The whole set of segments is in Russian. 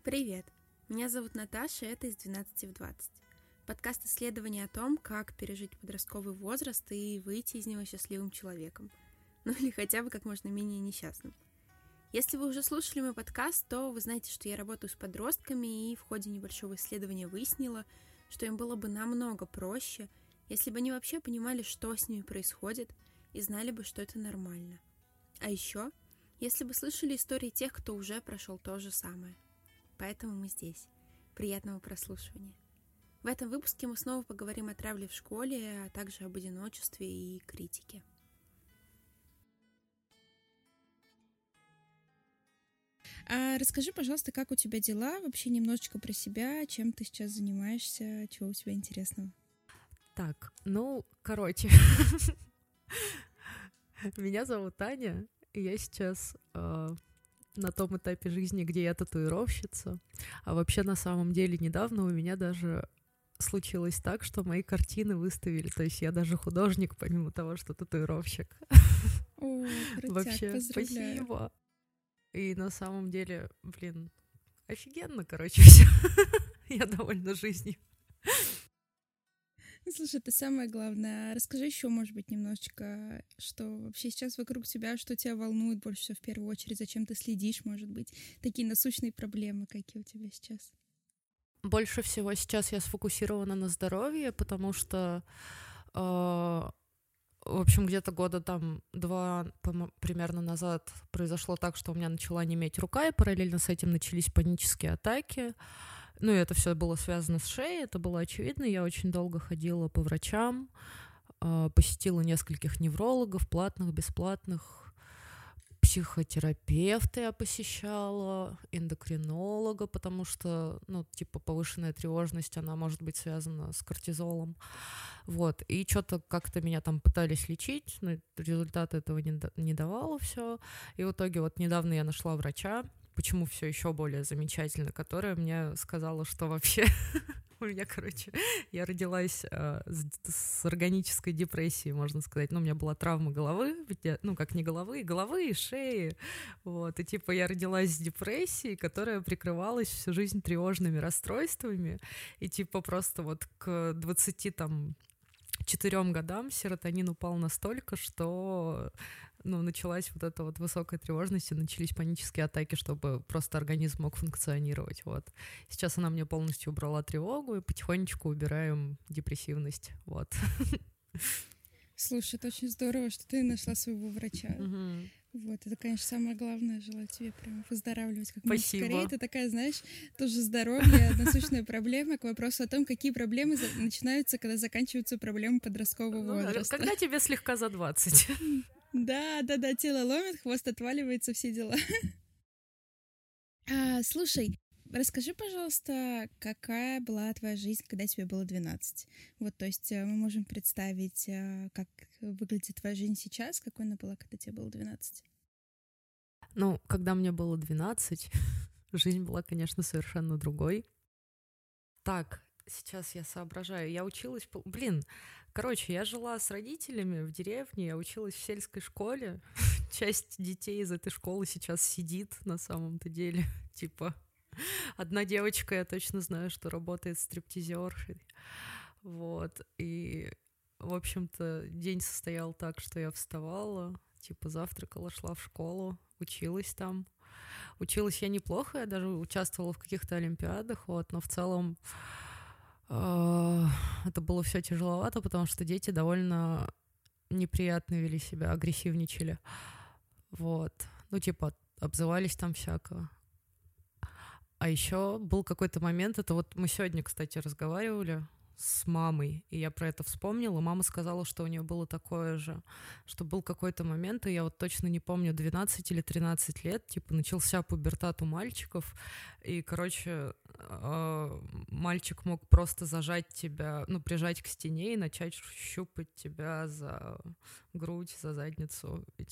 Привет! Меня зовут Наташа, и это из 12 в 20. Подкаст исследования о том, как пережить подростковый возраст и выйти из него счастливым человеком. Ну или хотя бы как можно менее несчастным. Если вы уже слушали мой подкаст, то вы знаете, что я работаю с подростками и в ходе небольшого исследования выяснила, что им было бы намного проще, если бы они вообще понимали, что с ними происходит, и знали бы, что это нормально. А еще, если бы слышали истории тех, кто уже прошел то же самое. Поэтому мы здесь. Приятного прослушивания. В этом выпуске мы снова поговорим о травле в школе, а также об одиночестве и критике. Расскажи, пожалуйста, как у тебя дела? Вообще немножечко про себя, чем ты сейчас занимаешься, чего у тебя интересного? Так, меня зовут Таня, и я сейчас на том этапе жизни, где я татуировщица. А вообще, на самом деле, недавно у меня даже случилось так, что мои картины выставили. То есть я даже художник, помимо того, что татуировщик. О, крутяк, Вообще, поздравляю. спасибо. И на самом деле, офигенно, все. Я довольна жизнью. Слушай, это самое главное. Расскажи еще, может быть, немножечко, что вообще сейчас вокруг тебя, что тебя волнует больше всего в первую очередь, зачем ты следишь, может быть, такие насущные проблемы, какие у тебя сейчас? Больше всего сейчас я сфокусирована на здоровье, потому что, в общем, где-то года там 2 примерно назад произошло так, что у меня начала неметь рука, и параллельно с этим начались панические атаки. Ну, и это все было связано с шеей, это было очевидно. Я очень долго ходила по врачам, посетила нескольких неврологов, платных, бесплатных, психотерапевта я посещала, эндокринолога, потому что, повышенная тревожность, она может быть связана с кортизолом. Вот, и что-то как-то меня там пытались лечить, но результаты этого не давало все. И в итоге вот недавно я нашла врача, почему все еще более замечательно, которая мне сказала, что вообще у меня, я родилась с органической депрессией, можно сказать. Ну, у меня была травма головы, как не головы и шеи. Вот, и я родилась с депрессией, которая прикрывалась всю жизнь тревожными расстройствами. И просто вот к 24 годам серотонин упал настолько, что началась вот эта вот высокая тревожность, и начались панические атаки, чтобы просто организм мог функционировать. Вот. Сейчас она мне полностью убрала тревогу, и потихонечку убираем депрессивность. Вот. Слушай, это очень здорово, что ты нашла своего врача. Угу. Вот, это, конечно, самое главное. Желаю тебе прям выздоравливать как можно скорее. Это такая, знаешь, тоже здоровье, насущная проблема к вопросу о том, какие проблемы начинаются, когда заканчиваются проблемы подросткового возраста. Когда тебе слегка за 20. Да, тело ломит, хвост отваливается, все дела. Слушай, расскажи, пожалуйста, какая была твоя жизнь, когда тебе было 12? Вот, то есть мы можем представить, как выглядит твоя жизнь сейчас, какой она была, когда тебе было 12? Когда мне было 12, жизнь была, конечно, совершенно другой. Так, сейчас я соображаю. Я училась... я жила с родителями в деревне, я училась в сельской школе. Часть детей из этой школы сейчас сидит на самом-то деле. Одна девочка, я точно знаю, что работает стриптизершей. Вот. И, в общем-то, день состоял так, что я вставала, завтракала, шла в школу, училась там. Училась я неплохо, я даже участвовала в каких-то олимпиадах, вот, но в целом это было все тяжеловато, потому что дети довольно неприятно вели себя, агрессивничали. Вот. Обзывались там всяко. А еще был какой-то момент, это вот мы сегодня, кстати, разговаривали с мамой, и я про это вспомнила. Мама сказала, что у нее было такое же, что был какой-то момент, и я вот точно не помню, 12 или 13 лет, начался пубертат у мальчиков, и, мальчик мог просто зажать тебя, прижать к стене и начать щупать тебя за грудь, за задницу, и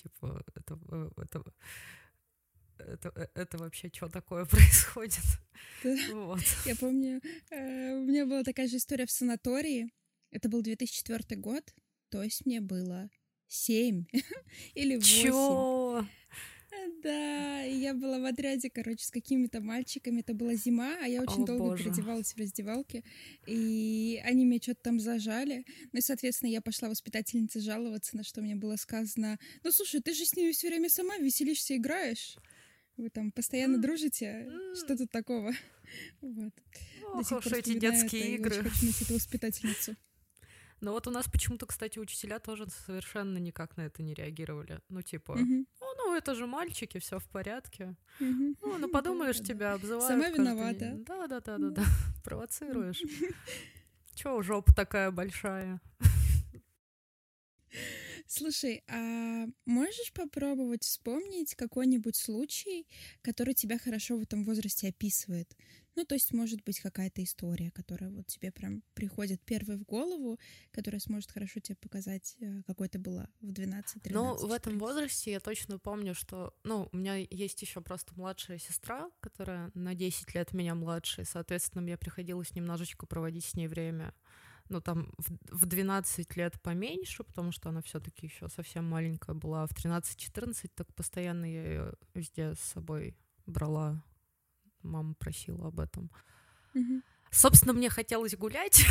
это вообще что такое происходит? Да. Вот. Я помню, у меня была такая же история в санатории. Это был 2004 год, то есть мне было 7 или 8. Чё? Да, и я была в отряде, короче, с какими-то мальчиками. Это была зима, а я очень О, долго боже. переодевалась в раздевалке. И они меня что-то там зажали. Ну и, соответственно, я пошла воспитательнице жаловаться, на что мне было сказано: ну, слушай, ты же с ними все время сама веселишься, играешь. Вы там постоянно дружите. Что тут такого? Вот. До Ох сих уж пор эти вспоминаю это детские и очень игры. хочу найти эту воспитательницу. Но вот у нас почему-то, кстати, учителя тоже совершенно никак на это не реагировали. Ну, типа, Мгм, ну это же мальчики, все в порядке. мгм. Ну подумаешь, Да-да-да. тебя обзывают Сама каждый виновата. день. Да, Да. провоцируешь. Чё, жопа такая большая? Слушай, а можешь попробовать вспомнить какой-нибудь случай, который тебя хорошо в этом возрасте описывает? Ну, то есть, может быть, какая-то история, которая вот тебе прям приходит первой в голову, которая сможет хорошо тебе показать, какой ты была в 12, Но 13, в этом 14. возрасте я точно помню, что, ну, у меня есть еще просто младшая сестра, которая на 10 лет меня младше, и, соответственно, мне приходилось немножечко проводить с ней время. Ну, там в 12 лет поменьше, потому что она все-таки еще совсем маленькая была. В 13-14 так постоянно я ее везде с собой брала. Мама просила об этом. Мгм. Собственно, мне хотелось гулять,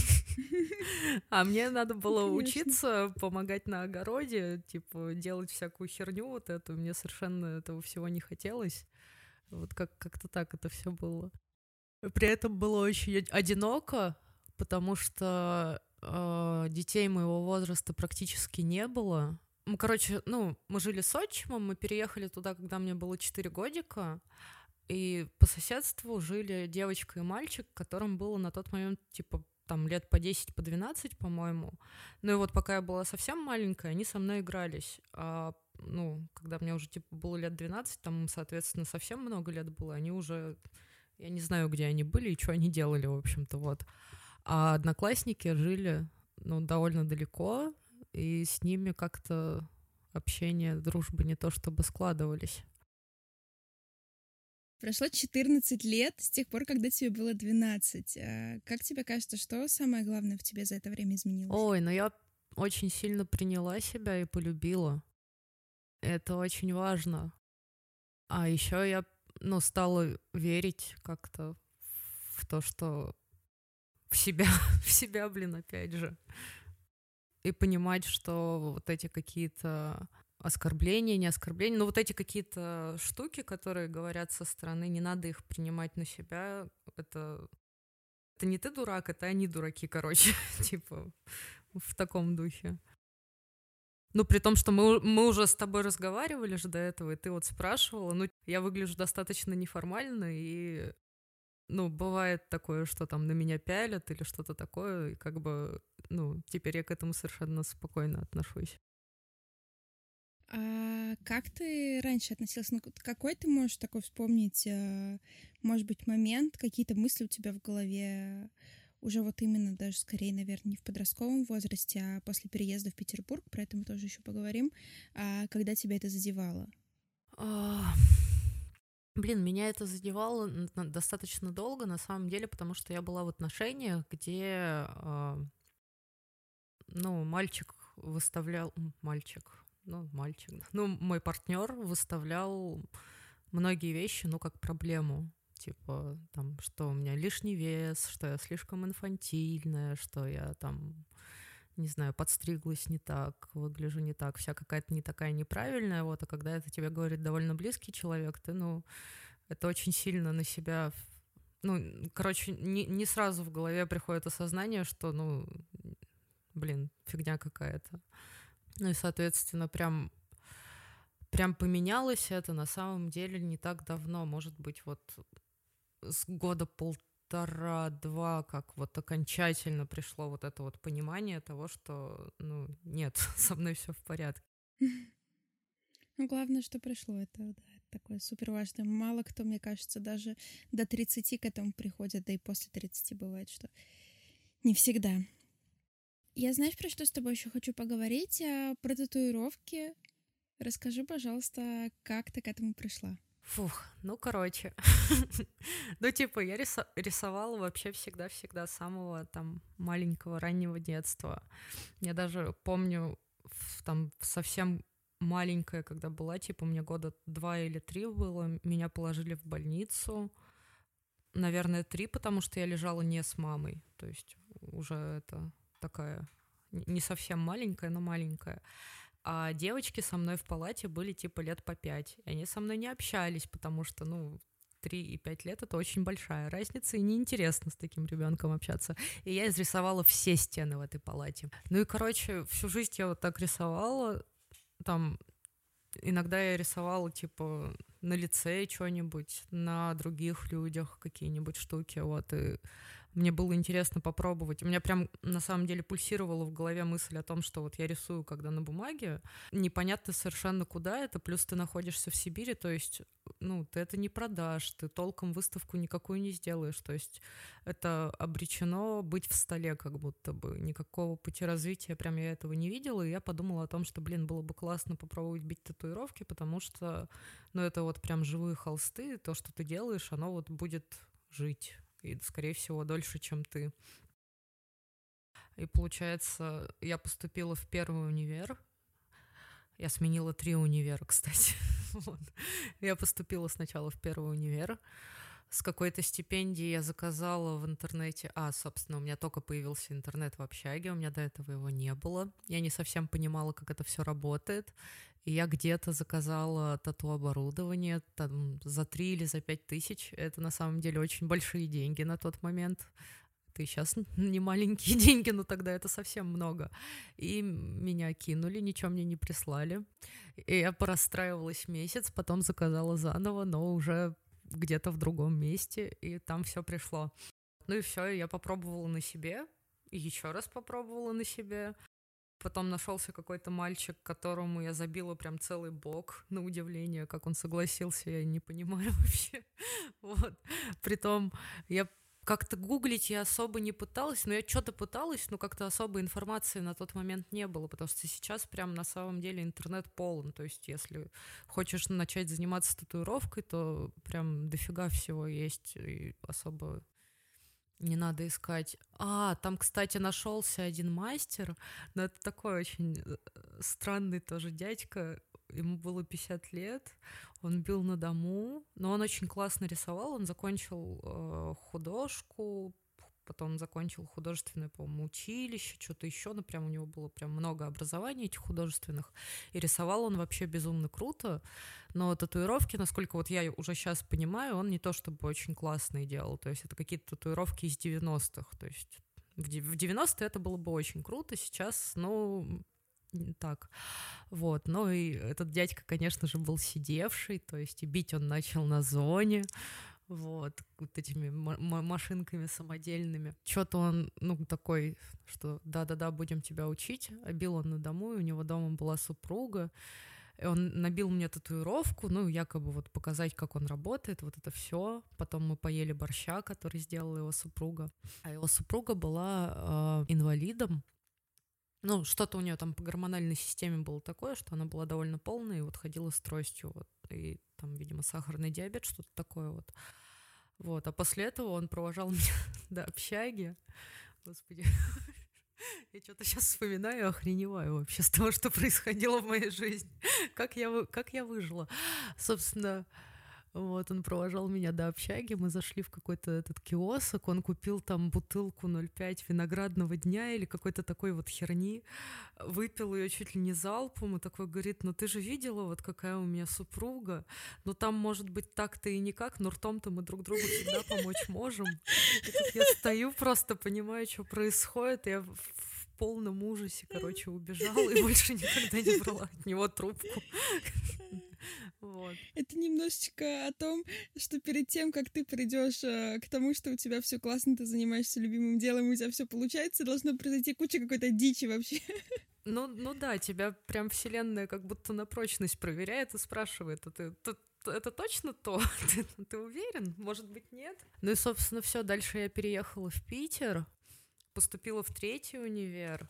а мне надо было Конечно. учиться, помогать на огороде, типа делать всякую херню вот эту. Мне совершенно этого всего не хотелось. Вот как-то так это все было. При этом было очень одиноко, потому что детей моего возраста практически не было. Короче, ну, мы жили с отчимом, мы переехали туда, когда мне было 4 годика, и по соседству жили девочка и мальчик, которым было на тот момент, типа, там, лет по 10, по 12, по-моему. Ну и вот пока я была совсем маленькая, они со мной игрались. А, ну, когда мне уже, типа, было лет 12, там, соответственно, совсем много лет было, они уже... Я не знаю, где они были и что они делали, в общем-то, вот. А одноклассники жили, ну, довольно далеко, и с ними как-то общение, дружба не то чтобы складывались. Прошло 14 лет с тех пор, когда тебе было 12. Как тебе кажется, что самое главное в тебе за это время изменилось? Ой, но я очень сильно приняла себя и полюбила. Это очень важно. А еще я, ну, стала верить как-то в то, что в себя, в себя, блин, опять же. И понимать, что вот эти какие-то оскорбления, не оскорбления, но вот эти какие-то штуки, которые говорят со стороны, не надо их принимать на себя. Это не ты дурак, это они дураки, короче, типа в таком духе. Ну, при том, что мы уже с тобой разговаривали же до этого, и ты вот спрашивала, ну, я выгляжу достаточно неформально, и, ну, бывает такое, что там на меня пялят или что-то такое, и как бы, ну, теперь я к этому совершенно спокойно отношусь. А как ты раньше относился? Ну, какой ты можешь такой вспомнить, может быть, момент, какие-то мысли у тебя в голове уже вот именно даже скорее, наверное, не в подростковом возрасте, а после переезда в Петербург, про это мы тоже еще поговорим, когда тебя это задевало? А, Блин, меня это задевало достаточно долго, на самом деле, потому что я была в отношениях, где, ну, мальчик, ну, мой партнер выставлял многие вещи, ну, как проблему. Типа, там, что у меня лишний вес, что я слишком инфантильная, что я там, не знаю, подстриглась не так, выгляжу не так, вся какая-то не такая неправильная, вот, а когда это тебе говорит довольно близкий человек, ты, ну, это очень сильно на себя, ну, короче, не сразу в голове приходит осознание, что, ну, блин, фигня какая-то. Ну и, соответственно, прям поменялось это на самом деле не так давно, может быть, вот с года полтора-два, как вот окончательно пришло вот это вот понимание того, что, ну, нет, со мной все в порядке. Ну, главное, что пришло, это, да, это такое супер важное. Мало кто, мне кажется, даже до 30 к этому приходит, да и после 30 бывает, что не всегда. Я, знаешь, про что с тобой еще хочу поговорить? Про татуировки. Расскажи, пожалуйста, как ты к этому пришла? Фух, ну, короче. Ну, типа, я рисовала вообще всегда-всегда с самого там маленького, раннего детства. Я даже помню, там, в совсем маленькая, когда была, типа, мне года 2 или 3 было, меня положили в больницу. Наверное, 3, потому что я лежала не с мамой. То есть уже это такая не совсем маленькая, но маленькая. А девочки со мной в палате были типа лет по 5. И они со мной не общались, потому что, 3 и 5 лет — это очень большая разница, и неинтересно с таким ребенком общаться. И я изрисовала все стены в этой палате. Ну и, короче, всю жизнь я вот так рисовала. Там иногда я рисовала, типа, на лице что-нибудь, на других людях какие-нибудь штуки, вот, и мне было интересно попробовать. У меня прям, на самом деле, пульсировала в голове мысль о том, что вот я рисую, когда на бумаге, непонятно совершенно куда это, плюс ты находишься в Сибири, то есть, ты это не продашь, ты толком выставку никакую не сделаешь, то есть это обречено быть в столе как будто бы. Никакого пути развития прям я этого не видела, и я подумала о том, что, было бы классно попробовать бить татуировки, потому что, это вот прям живые холсты, то, что ты делаешь, оно вот будет жить. И, скорее всего, дольше, чем ты. И, получается, я поступила в первый универ. Я сменила 3 универа, кстати. Вот. Я поступила сначала в первый универ. С какой-то стипендии я заказала в интернете... собственно, у меня только появился интернет в общаге, у меня до этого его не было. Я не совсем понимала, как это все работает. И я где-то заказала тату-оборудование там, за 3 или за 5 тысяч. Это на самом деле очень большие деньги на тот момент. Это и сейчас не маленькие деньги, но тогда это совсем много. И меня кинули, ничего мне не прислали. И я порастраивалась месяц, потом заказала заново, но уже где-то в другом месте, и там все пришло. Ну и все, я попробовала на себе, и еще раз попробовала на себе. Потом нашелся какой-то мальчик, которому я забила прям целый бок, на удивление, как он согласился, я не понимаю вообще. Вот. Притом я как-то гуглить я особо не пыталась, но я что-то пыталась, но как-то особой информации на тот момент не было, потому что сейчас прям на самом деле интернет полон, то есть если хочешь начать заниматься татуировкой, то прям дофига всего есть, и особо не надо искать. Там, кстати, нашелся один мастер, но это такой очень странный тоже дядька. Ему было 50 лет, он бил на дому, но он очень классно рисовал. Он закончил художку, потом закончил художественное, по-моему, училище, что-то еще, но прям у него было прям много образований этих художественных, и рисовал он вообще безумно круто, но татуировки, насколько вот я уже сейчас понимаю, он не то чтобы очень классные делал, то есть это какие-то татуировки из 90-х, то есть в 90-е это было бы очень круто, сейчас, так, вот, ну и этот дядька, конечно же, был сидевший, то есть и бить он начал на зоне, вот этими машинками самодельными. Что-то он, такой, что да-да-да, будем тебя учить. А бил он на дому, и у него дома была супруга. И он набил мне татуировку, якобы вот показать, как он работает, вот это все. Потом мы поели борща, который сделала его супруга. А его супруга была инвалидом. Что-то у нее там по гормональной системе было такое, что она была довольно полная и вот ходила с тростью. Вот, и там, видимо, сахарный диабет, что-то такое вот. Вот, а после этого он провожал меня до общаги. Господи, я что-то сейчас вспоминаю и охреневаю вообще с того, что происходило в моей жизни. Как я выжила. Собственно, вот, он провожал меня до общаги, мы зашли в какой-то этот киосок, он купил там бутылку 0,5 виноградного дня или какой-то такой вот херни, выпил ее чуть ли не залпом и такой говорит, ты же видела, вот какая у меня супруга, там может быть так-то и никак, но ртом-то мы друг другу всегда помочь можем. И тут я стою, просто понимаю, что происходит, я в полном ужасе, короче, убежала и больше никогда не брала от него трубку. Вот. Это немножечко о том, что перед тем, как ты придешь к тому, что у тебя все классно, ты занимаешься любимым делом, у тебя все получается, должно произойти куча какой-то дичи вообще. Да, тебя прям вселенная как будто на прочность проверяет и спрашивает, это точно то? Ты уверен? Может быть, нет? И, собственно, все. Дальше я переехала в Питер, поступила в 3-й универ.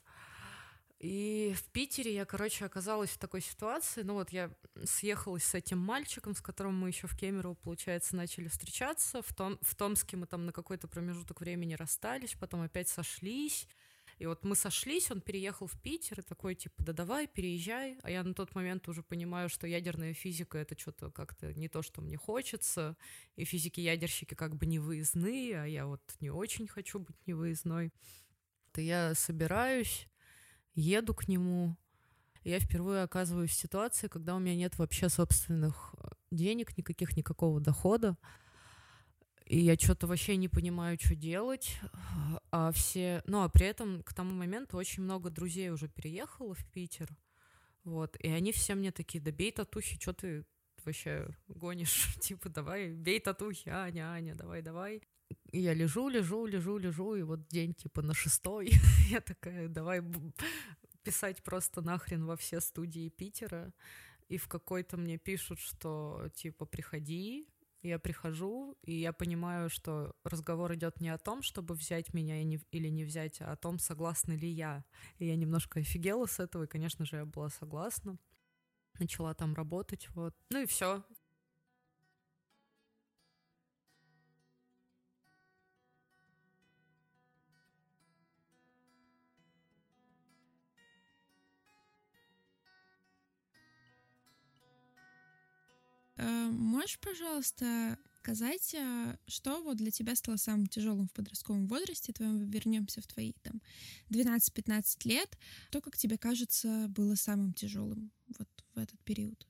И в Питере я, оказалась в такой ситуации. Я съехалась с этим мальчиком, с которым мы еще в Кемерово, получается, начали встречаться. В Томске мы там на какой-то промежуток времени расстались, потом опять сошлись. И вот мы сошлись, он переехал в Питер, и такой, типа, да давай, переезжай. А я на тот момент уже понимаю, что ядерная физика — это что-то как-то не то, что мне хочется, и физики-ядерщики как бы не выездные, а я вот не очень хочу быть невыездной. То я собираюсь, еду к нему, и я впервые оказываюсь в ситуации, когда у меня нет вообще собственных денег, никакого дохода, и я что-то вообще не понимаю, что делать. А при этом к тому моменту очень много друзей уже переехало в Питер. Вот. И они все мне такие: да бей татухи, что ты вообще гонишь? Типа, давай, бей татухи, Аня, давай. И я лежу, и вот день типа на 6-й. Я такая: давай писать просто нахрен во все студии Питера. И в какой-то мне пишут, что типа приходи. Я прихожу, и я понимаю, что разговор идет не о том, чтобы взять меня или не взять, а о том, согласна ли я. И я немножко офигела с этого, и, конечно же, я была согласна. Начала там работать, вот. Ну и все. Можешь, пожалуйста, сказать, что вот для тебя стало самым тяжелым в подростковом возрасте твоем? Вернемся в твои там 12-15 лет. Что, как тебе кажется, было самым тяжелым вот в этот период?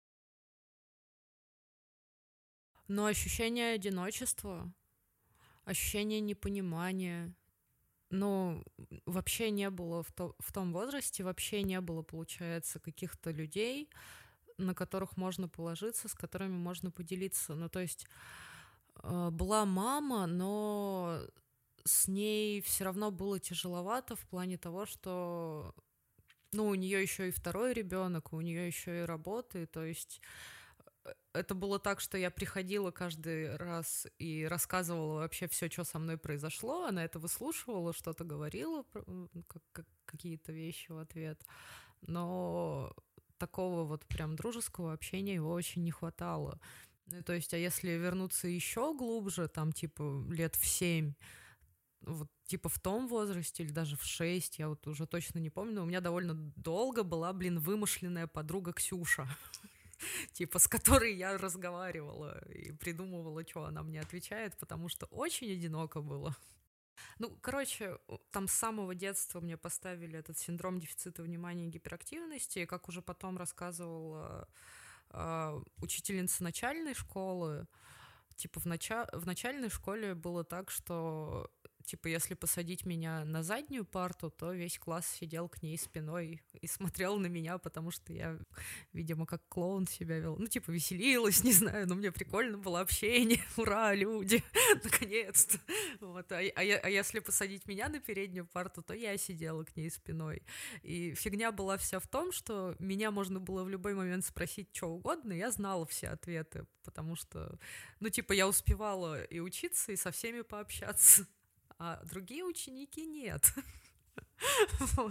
Но ощущение одиночества, ощущение непонимания, ну, вообще не было в том возрасте, вообще не было, получается, каких-то людей, на которых можно положиться, с которыми можно поделиться. Ну, то есть была мама, но с ней все равно было тяжеловато в плане того, что, ну, у нее еще и второй ребенок, у нее еще и работы, то есть это было так, что я приходила каждый раз и рассказывала вообще все, что со мной произошло, она это выслушивала, что-то говорила, какие-то вещи в ответ, но такого вот прям дружеского общения его очень не хватало. Ну, то есть, а если вернуться еще глубже, там, типа, лет в 7, вот, типа, в том возрасте или даже в 6, я вот уже точно не помню, но у меня довольно долго была, вымышленная подруга Ксюша, типа, с которой я разговаривала и придумывала, что она мне отвечает, потому что очень одиноко было. Ну, короче, там с самого детства мне поставили этот синдром дефицита внимания и гиперактивности, и как уже потом рассказывала учительница начальной школы, типа в начальной школе было так, что типа если посадить меня на заднюю парту, то весь класс сидел к ней спиной и смотрел на меня, потому что я, видимо, как клоун себя вел. Ну, типа, веселилась, не знаю, но мне прикольно было общение. Ура, люди, наконец-то. Вот. А если посадить меня на переднюю парту, то я сидела к ней спиной. И фигня была вся в том, что меня можно было в любой момент спросить что угодно, и я знала все ответы, потому что, ну, типа, я успевала и учиться, и со всеми пообщаться, а другие ученики нет. Вот.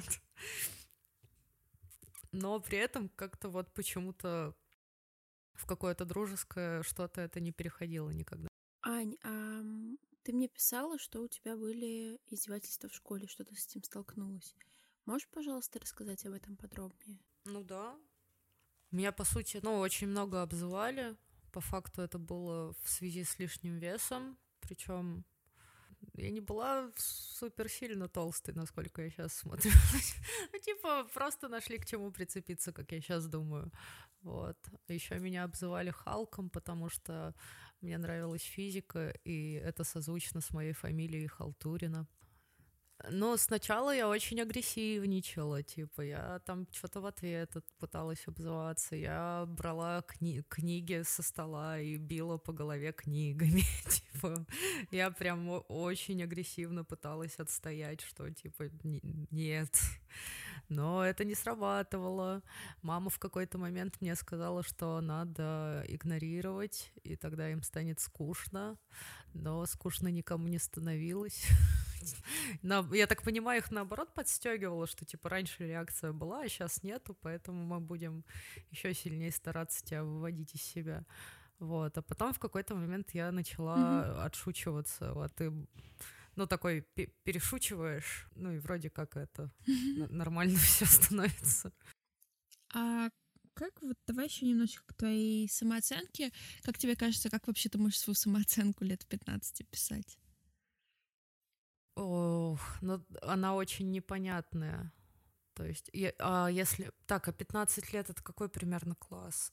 Но при этом как-то вот почему-то в какое-то дружеское что-то это не переходило никогда. Ань, ты мне писала, что у тебя были издевательства в школе, что ты с этим столкнулась. Можешь, пожалуйста, рассказать об этом подробнее? Ну да. Меня, по сути, очень много обзывали. По факту это было в связи с лишним весом. Причем я не была супер сильно толстой, насколько я сейчас смотрю. Ну, типа, просто нашли к чему прицепиться, как я сейчас думаю. Вот. Еще меня обзывали Халком, потому что мне нравилась физика, и это созвучно с моей фамилией Халтурина. Но сначала я очень агрессивничала, типа, я там что-то в ответ пыталась обзываться, я брала книги со стола и била по голове книгами, типа, я прям очень агрессивно пыталась отстоять, что, типа, нет, но это не срабатывало. Мама в какой-то момент мне сказала, что надо игнорировать, и тогда им станет скучно, но скучно никому не становилось. Я так понимаю, их наоборот подстегивало, что типа раньше реакция была, а сейчас нету, поэтому мы будем еще сильнее стараться тебя выводить из себя. Вот. А потом в какой-то момент я начала отшучиваться. Вот, и Ну, такой перешучиваешь, ну и вроде как это нормально все становится. А как вот давай еще немножечко к твоей самооценке. Как тебе кажется, как вообще ты можешь свою самооценку лет в 15 писать? Ох, ну она очень непонятная. То есть, если... Так, 15 лет — это какой примерно класс?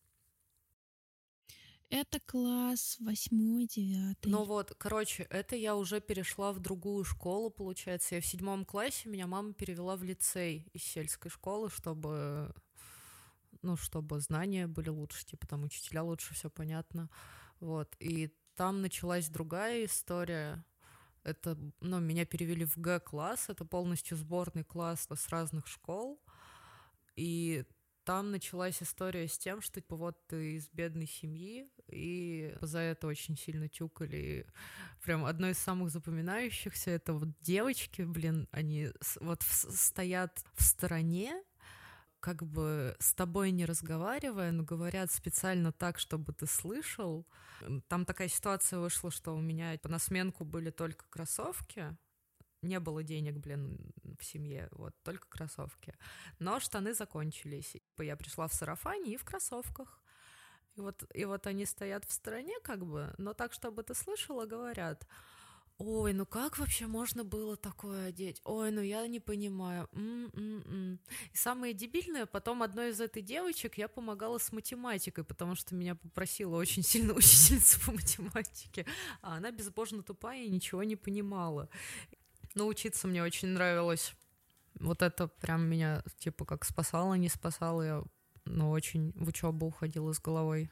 Это класс 8, 9. Ну вот, короче, это я уже перешла в другую школу, получается. Я в 7 классе, меня мама перевела в лицей из сельской школы, чтобы, ну, чтобы знания были лучше, типа там учителя лучше, все понятно. Вот, и там началась другая история. Это, ну, меня перевели в Г-класс, это полностью сборный класс с разных школ, и там началась история с тем, что типа вот ты из бедной семьи, и за это очень сильно тюкали. И прям одно из самых запоминающихся — это вот девочки, блин, они вот стоят в стороне, как бы с тобой не разговаривая, но говорят специально так, чтобы ты слышал. Там такая ситуация вышла, что у меня на сменку были только кроссовки, не было денег, блин, в семье, вот, только кроссовки. Но штаны закончились. Я пришла в сарафане и в кроссовках. И вот они стоят в стороне, как бы, но так, чтобы ты слышала, говорят: ой, ну как вообще можно было такое одеть? Ой, ну я не понимаю. И самое дебильное, потом одной из этой девочек я помогала с математикой, потому что меня попросила очень сильно учительница по математике, а она безбожно тупая и ничего не понимала. Но учиться мне очень нравилось. Вот это прям меня, типа, как спасало, не спасало. Я, ну, очень в учебу уходила с головой.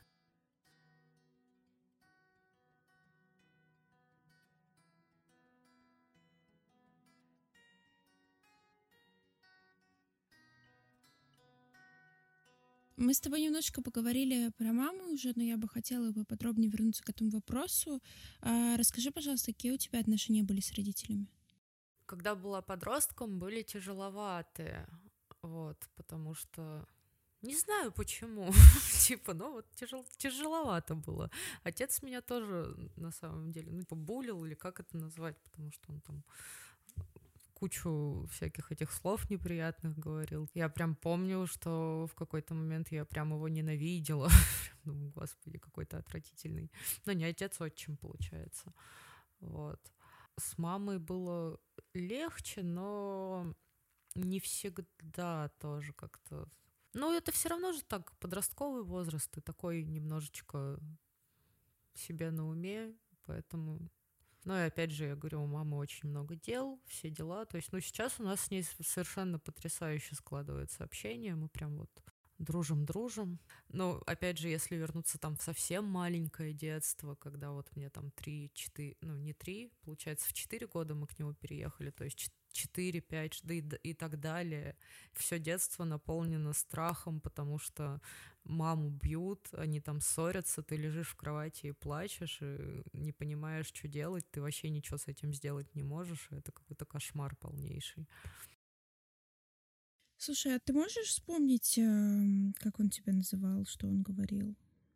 Мы с тобой немножко поговорили про маму уже, но я бы хотела поподробнее вернуться к этому вопросу. Расскажи, пожалуйста, какие у тебя отношения были с родителями? Когда была подростком, были тяжеловатые. Вот, потому что... Не знаю почему. Типа, ну вот тяжеловато было. Отец меня тоже, на самом деле, ну, побулил, или как это назвать, потому что он там кучу всяких этих слов неприятных говорил. Я прям помню, что в какой-то момент я прям его ненавидела. Думаю, господи, какой-то отвратительный. Но не отец, отчим, получается. Вот. С мамой было легче, но не всегда тоже как-то. Ну, это все равно же так, подростковый возраст, ты такой немножечко себе на уме, поэтому... Ну и опять же, я говорю, у мамы очень много дел, все дела. То есть, ну, сейчас у нас с ней совершенно потрясающе складывается общение. Мы прям вот дружим. Но, опять же, если вернуться там в совсем маленькое детство, когда вот мне там 3-4, ну, не 3, получается, в 4 года мы к нему переехали, то есть 4-5, да и так далее. Все детство наполнено страхом, потому что маму бьют, они там ссорятся, ты лежишь в кровати и плачешь, и не понимаешь, что делать, ты вообще ничего с этим сделать не можешь, и это какой-то кошмар полнейший. Слушай, а ты можешь вспомнить, как он тебя называл, что он говорил?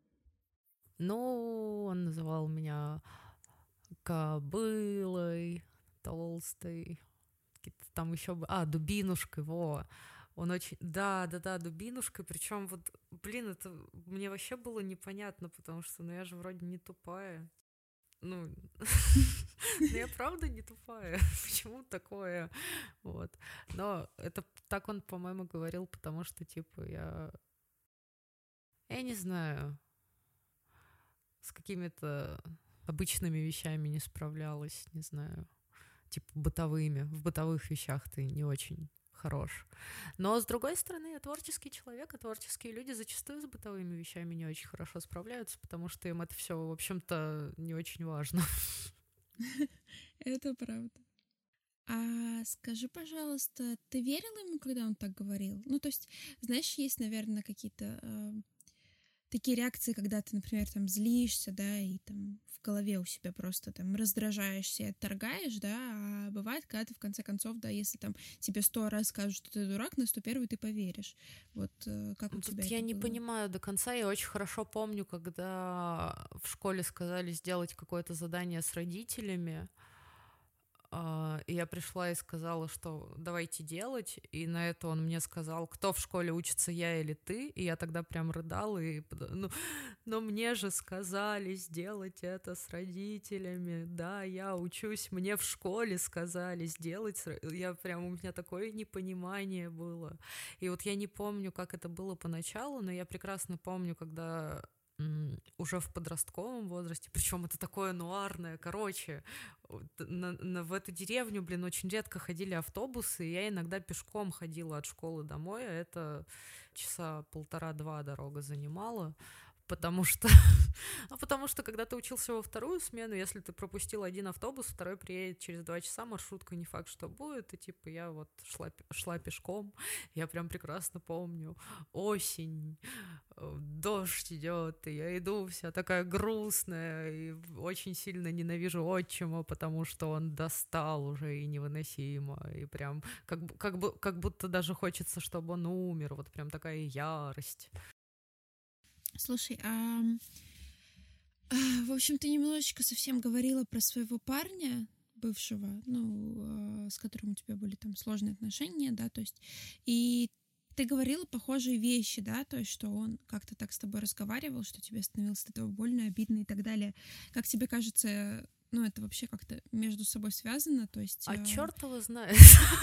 Ну, он называл меня кобылой, толстой, какие-то там еще... дубинушкой, во. Он очень... Да, дубинушкой, причем вот, блин, это мне вообще было непонятно, потому что, ну, я же вроде не тупая. Ну, я правда не тупая. Почему такое? Вот. Но это так он, по-моему, говорил, потому что, типа, я не знаю, с какими-то обычными вещами не справлялась, не знаю, типа бытовыми. В бытовых вещах ты не очень хорош. Но, с другой стороны, я творческий человек, а творческие люди зачастую с бытовыми вещами не очень хорошо справляются, потому что им это все, в общем-то, не очень важно. Это правда. А скажи, пожалуйста, ты верила ему, когда он так говорил? Ну, то есть, знаешь, есть, наверное, какие-то такие реакции, когда ты, например, там злишься, да, и там в голове у себя просто там раздражаешься и отторгаешь, да, а бывает, когда ты в конце концов, да, если там тебе 100 раз скажут, что ты дурак, на 101-й ты поверишь. Вот как у тебя Я это не было? понимаю до конца. Я очень хорошо помню, когда в школе сказали сделать какое-то задание с родителями. И я пришла и сказала, что давайте делать. И на это он мне сказал, кто в школе учится, я или ты. И я тогда прям рыдала. Но мне же сказали сделать это с родителями. Да, я учусь, мне в школе сказали сделать. Я прям, у меня такое непонимание было. И вот я не помню, как это было поначалу, но я прекрасно помню, когда уже в подростковом возрасте, причем это такое нуарное, короче, в эту деревню, очень редко ходили автобусы, и я иногда пешком ходила от школы домой, а это часа 1,5-2 дорога занимала, потому что когда ты учился во вторую смену, если ты пропустил один автобус, второй приедет через 2 часа, маршрутка не факт, что будет, и типа я вот шла пешком, я прям прекрасно помню, осень, дождь идет, и я иду вся такая грустная, и очень сильно ненавижу отчима, потому что он достал уже и невыносимо, и прям как будто даже хочется, чтобы он умер, вот прям такая ярость. Слушай, в общем, ты немножечко совсем говорила про своего парня бывшего, с которым у тебя были там сложные отношения, да, то есть, и ты говорила похожие вещи, да, то есть, что он как-то так с тобой разговаривал, что тебе становилось от этого больно, обидно и так далее. Как тебе кажется, это вообще как-то между собой связано, то есть... черт его знает.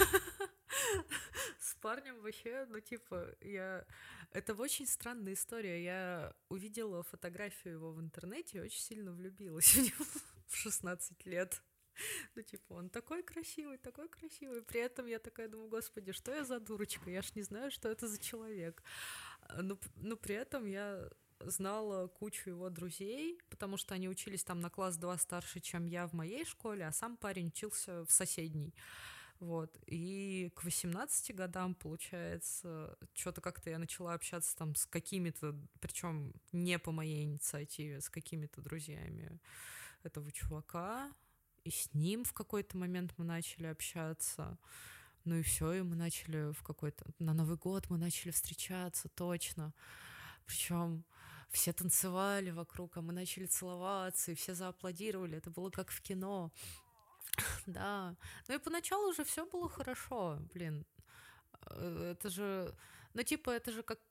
С парнем вообще, это очень странная история. Я увидела фотографию его в интернете и очень сильно влюбилась в него в 16 лет. Он такой красивый. При этом я такая думаю, господи, что я за дурочка? Я ж не знаю, что это за человек. Но при этом я знала кучу его друзей, потому что они учились там на класс 2 старше, чем я в моей школе, а сам парень учился в соседней. Вот, и к 18 годам, получается, что-то как-то я начала общаться там с какими-то, причем не по моей инициативе, с какими-то друзьями этого чувака, и с ним в какой-то момент мы начали общаться, и все, и мы начали на Новый год мы начали встречаться, точно, причем все танцевали вокруг, а мы начали целоваться, и все зааплодировали, это было как в кино. Да, и поначалу уже все было хорошо, это же, это же как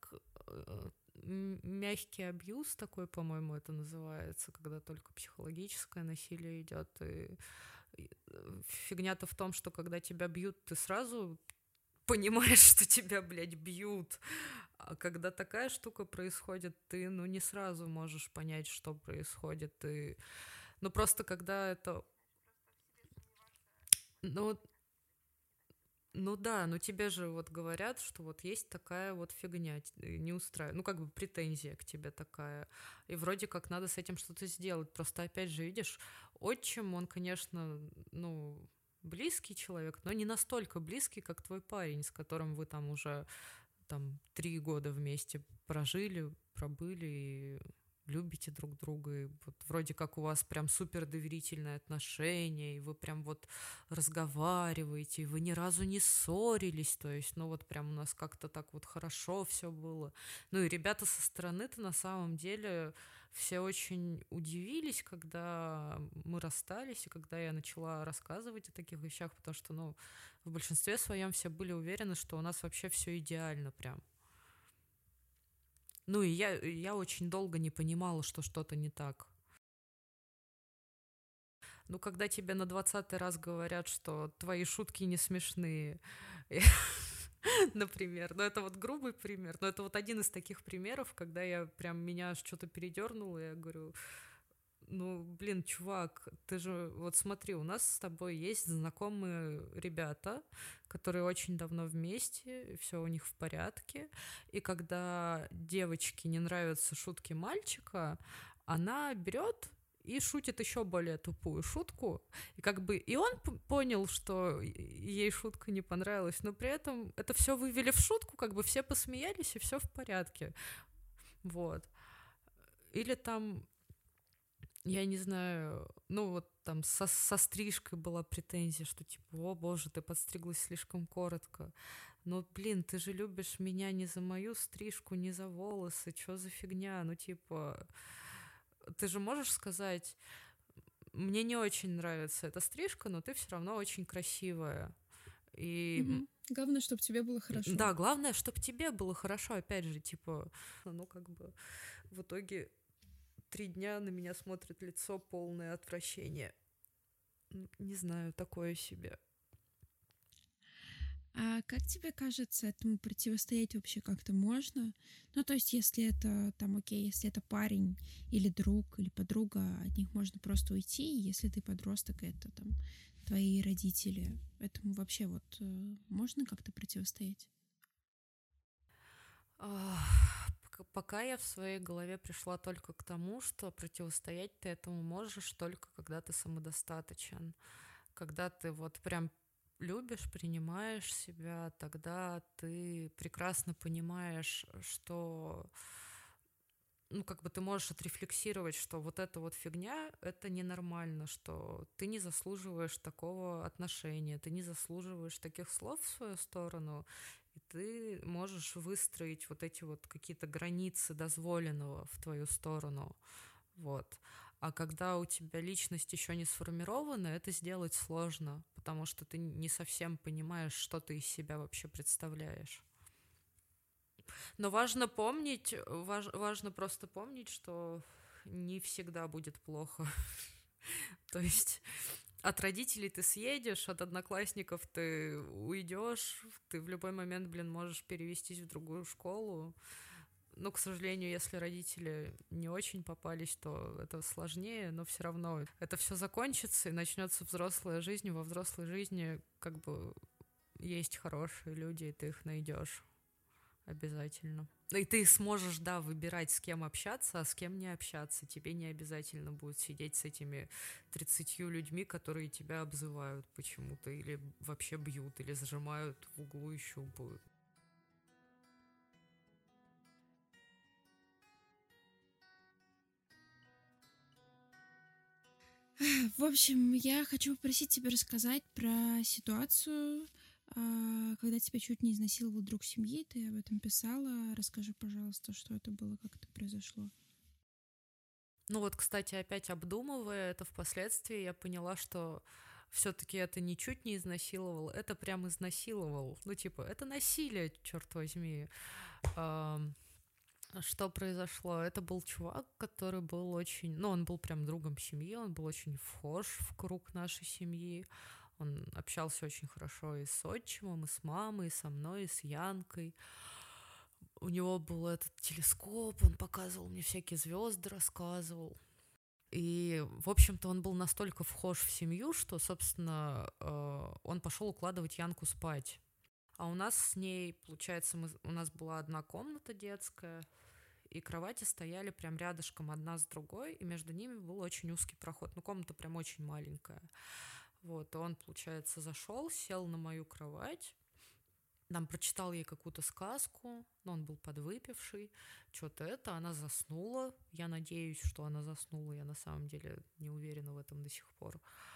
мягкий абьюз такой, по-моему, это называется, когда только психологическое насилие идет, и фигня-то в том, что когда тебя бьют, ты сразу понимаешь, что тебя, бьют, а когда такая штука происходит, ты, не сразу можешь понять, что происходит, и, просто когда это... Да, но тебе же вот говорят, что вот есть такая вот фигня, не устраивает, претензия к тебе такая, и вроде как надо с этим что-то сделать, просто опять же, видишь, отчим, он, конечно, близкий человек, но не настолько близкий, как твой парень, с которым вы там уже 3 года вместе пробыли и любите друг друга, и вот вроде как у вас прям супер доверительные отношения, и вы прям вот разговариваете, и вы ни разу не ссорились, то есть, прям у нас как-то так вот хорошо все было. И ребята со стороны-то на самом деле все очень удивились, когда мы расстались, и когда я начала рассказывать о таких вещах, потому что, в большинстве своем все были уверены, что у нас вообще все идеально прям. И я очень долго не понимала, что что-то не так. Когда тебе на 20-й раз говорят, что твои шутки не смешные, например, это вот грубый пример, но это вот один из таких примеров, когда меня что-то передернуло, и я говорю, чувак, ты же, вот смотри, у нас с тобой есть знакомые ребята, которые очень давно вместе, все у них в порядке, и когда девочке не нравятся шутки мальчика, она берет и шутит еще более тупую шутку, и он понял, что ей шутка не понравилась, но при этом это все вывели в шутку, все посмеялись, и все в порядке, вот. Или там, я не знаю, со стрижкой была претензия, что о боже, ты подстриглась слишком коротко. Ты же любишь меня не за мою стрижку, не за волосы, что за фигня? Ты же можешь сказать, мне не очень нравится эта стрижка, но ты все равно очень красивая. И главное, чтобы тебе было хорошо. да, главное, чтобы тебе было хорошо. Опять же, типа, как бы в итоге 3 дня на меня смотрит лицо полное отвращения. Не знаю, такое себе. А как тебе кажется, этому противостоять вообще как-то можно? Ну, то есть, если это там, окей, если это парень или друг, или подруга, от них можно просто уйти, и если ты подросток, это там твои родители, этому вообще можно как-то противостоять? Пока я в своей голове пришла только к тому, что противостоять ты этому можешь только когда ты самодостаточен. Когда ты вот прям любишь, принимаешь себя, тогда ты прекрасно понимаешь, что как бы ты можешь отрефлексировать, что вот эта вот фигня, это ненормально, что ты не заслуживаешь такого отношения, ты не заслуживаешь таких слов в свою сторону, и ты можешь выстроить вот эти вот какие-то границы дозволенного в твою сторону, вот. А когда у тебя личность еще не сформирована, это сделать сложно, потому что ты не совсем понимаешь, что ты из себя вообще представляешь. Но важно помнить, важно просто помнить, что не всегда будет плохо. То есть от родителей ты съедешь, от одноклассников ты уйдешь, ты в любой момент, можешь перевестись в другую школу. Но, к сожалению, если родители не очень попались, то это сложнее, но все равно это все закончится и начнется взрослая жизнь. Во взрослой жизни как бы есть хорошие люди, и ты их найдешь обязательно. И ты сможешь, да, выбирать, с кем общаться, а с кем не общаться. Тебе не обязательно будет сидеть с этими 30 людьми, которые тебя обзывают почему-то, или вообще бьют, или зажимают в углу и щупают. В общем, я хочу попросить тебя рассказать про ситуацию, когда тебя чуть не изнасиловал друг семьи. Ты об этом писала. Расскажи, пожалуйста, что это было, как это произошло. Кстати, опять обдумывая это впоследствии, я поняла, что все-таки это не чуть не изнасиловал, это прям изнасиловал. Это насилие, черт возьми. Что произошло? Это был чувак, который был очень... он был прям другом семьи, он был очень вхож в круг нашей семьи. Он общался очень хорошо и с отчимом, и с мамой, и со мной, и с Янкой. У него был этот телескоп, он показывал мне всякие звезды, рассказывал. И, в общем-то, он был настолько вхож в семью, что, собственно, он пошел укладывать Янку спать. А у нас с ней, получается, у нас была одна комната детская, и кровати стояли прям рядышком одна с другой, и между ними был очень узкий проход. Комната прям очень маленькая. И он, получается, зашел, сел на мою кровать, там прочитал ей какую-то сказку, но он был подвыпивший, что-то она заснула. Я надеюсь, что она заснула, я на самом деле не уверена в этом до сих пор.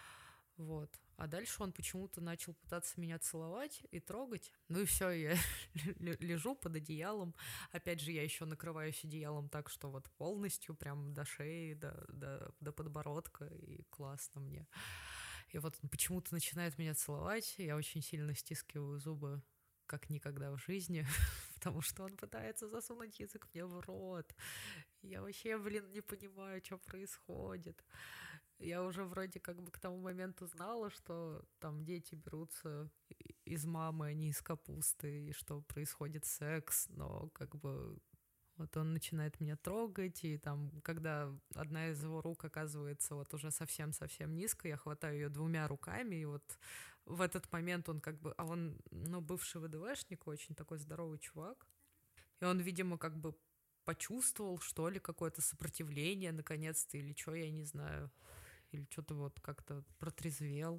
А дальше он почему-то начал пытаться меня целовать и трогать. И все, я лежу под одеялом. Опять же, я еще накрываюсь одеялом так, что полностью прям до шеи, до подбородка, и классно мне. И он почему-то начинает меня целовать, я очень сильно стискиваю зубы, как никогда в жизни, потому что он пытается засунуть язык мне в рот. Я вообще, не понимаю, что происходит. Я уже вроде как бы к тому моменту знала, что там дети берутся из мамы, а не из капусты, и что происходит секс, но как бы он начинает меня трогать, и там, когда одна из его рук оказывается уже совсем-совсем низко, я хватаю ее 2 руками, и в этот момент он как бы... А он, бывший ВДВшник, очень такой здоровый чувак, и он, видимо, как бы почувствовал, что ли, какое-то сопротивление наконец-то, или что, я не знаю, или что-то как-то протрезвел.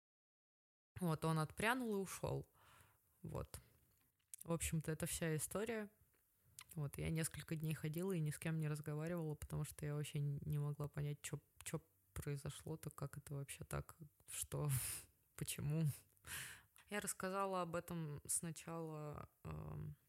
Он отпрянул и ушел. В общем-то, это вся история. Я несколько дней ходила и ни с кем не разговаривала, потому что я вообще не могла понять, что произошло-то, как это вообще так, что, почему. Я рассказала об этом сначала,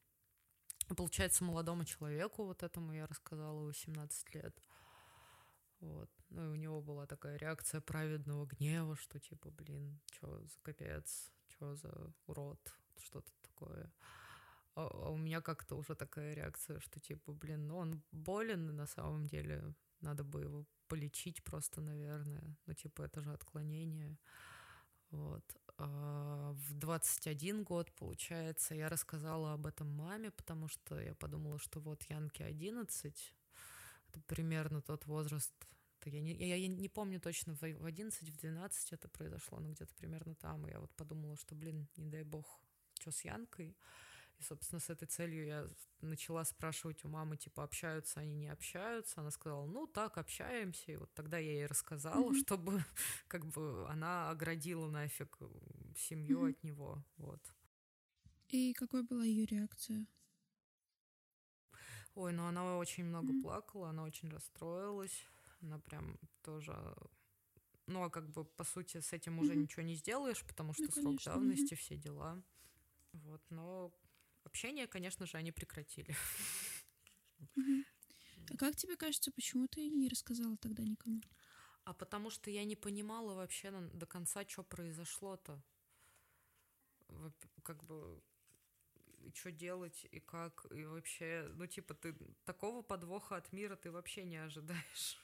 получается, молодому человеку, этому я рассказала 18 лет. Вот. Ну и у него была такая реакция праведного гнева, что типа, блин, чё за капец, чё за урод, что-то такое. А у меня как-то уже такая реакция, что типа, блин, ну он болен, и на самом деле надо бы его полечить просто, наверное. Ну типа, это же отклонение. Вот. А в 21 год, получается, я рассказала об этом маме, потому что я подумала, что вот Янке 11, это примерно тот возраст. Я не помню точно, в 11, в 12 это произошло, но где-то примерно там. И я вот подумала, что, блин, не дай бог, что с Янкой. И, собственно, с этой целью я начала спрашивать у мамы, типа, общаются они, не общаются. Она сказала, ну, так, общаемся. И вот тогда я ей рассказала, чтобы как бы она оградила нафиг семью от него. Вот. И какой была ее реакция? Ой, ну она очень много плакала, она очень расстроилась. Она прям тоже... Ну, а как бы, по сути, с этим уже ничего не сделаешь, потому что срок давности, все дела. Вот, но общение, конечно же, они прекратили. А как тебе кажется, почему ты не рассказала тогда никому? А потому что я не понимала вообще до конца, что произошло-то. Как бы, что делать и как, и вообще, ну, типа, ты такого подвоха от мира ты вообще не ожидаешь.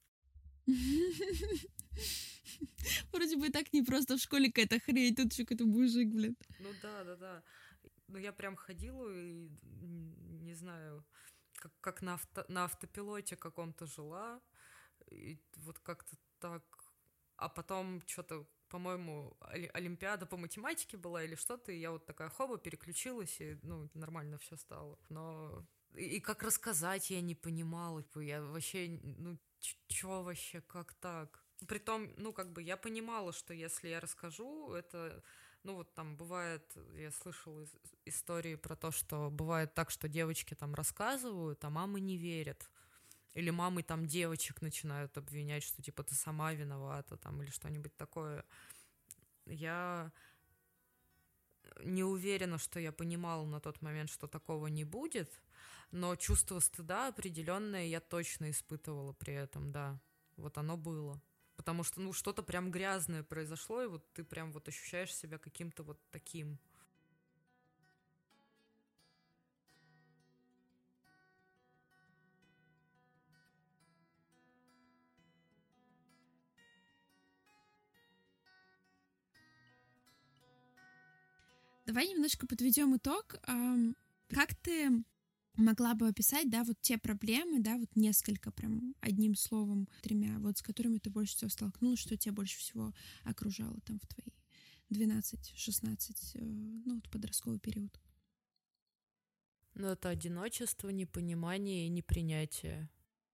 Вроде бы так не просто в школе какая-то хрень, тут еще какой-то мужик, блин. Ну да. Ну я прям ходила и, не знаю, как на автопилоте каком-то жила, и вот как-то так. А потом что-то, по-моему, олимпиада по математике была или что-то, и я вот такая хоба переключилась, и, ну, нормально все стало. Но и как рассказать я не понимала. Я вообще, ну, чё вообще, как так? Притом, ну, как бы я понимала, что если я расскажу, это... Ну, вот там бывает, я слышала истории про то, что бывает так, что девочки там рассказывают, а мамы не верят. Или мамы там девочек начинают обвинять, что типа ты сама виновата там или что-нибудь такое. Я не уверена, что я понимала на тот момент, что такого не будет, но чувство стыда определенное я точно испытывала при этом, да. Вот оно было. Потому что, ну, что-то прям грязное произошло, и вот ты прям вот ощущаешь себя каким-то вот таким. Давай немножко подведем итог. Как ты могла бы описать, да, вот те проблемы, да, вот несколько прям одним словом, 3, вот с которыми ты больше всего столкнулась, что тебя больше всего окружало там в твои 12-16, ну, вот подростковый период? Ну, это одиночество, непонимание и непринятие.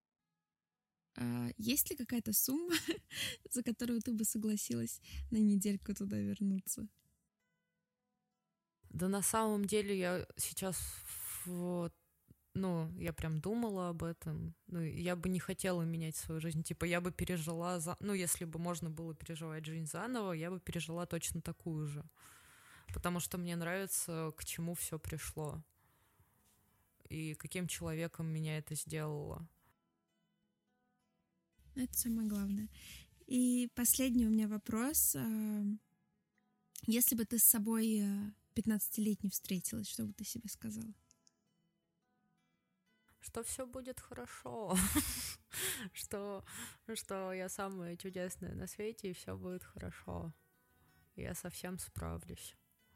Есть ли какая-то сумма, за которую ты бы согласилась на недельку туда вернуться? Да на самом деле я сейчас вот, ну, я прям думала об этом. Ну, я бы не хотела менять свою жизнь. Типа, я бы пережила... Ну, если бы можно было переживать жизнь заново, я бы пережила точно такую же. Потому что мне нравится, к чему все пришло. И каким человеком меня это сделало. Это самое главное. И последний у меня вопрос. Если бы ты с собой 15-летней встретилась, что бы ты себе сказала? Что все будет хорошо. что я самая чудесная на свете, и все будет хорошо. Я совсем справлюсь.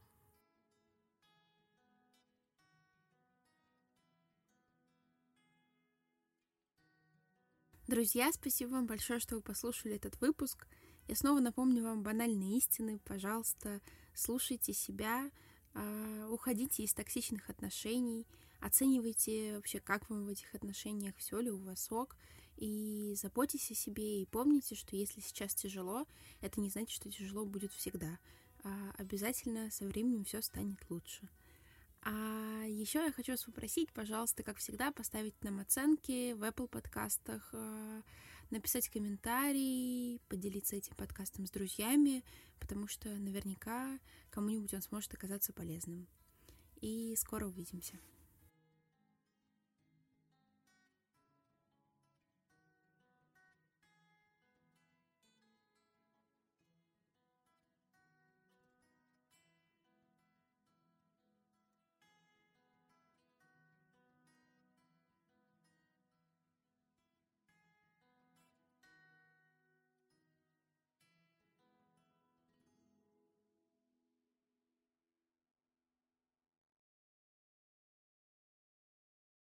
Друзья, спасибо вам большое, что вы послушали этот выпуск. Я снова напомню вам банальные истины. Пожалуйста, слушайте себя, уходите из токсичных отношений, оценивайте вообще, как вам в этих отношениях, все ли у вас ок, и заботьтесь о себе, и помните, что если сейчас тяжело, это не значит, что тяжело будет всегда. Обязательно со временем все станет лучше. А еще я хочу вас попросить, пожалуйста, как всегда, поставить нам оценки в Apple подкастах, написать комментарий, поделиться этим подкастом с друзьями, потому что наверняка кому-нибудь он сможет оказаться полезным. И скоро увидимся.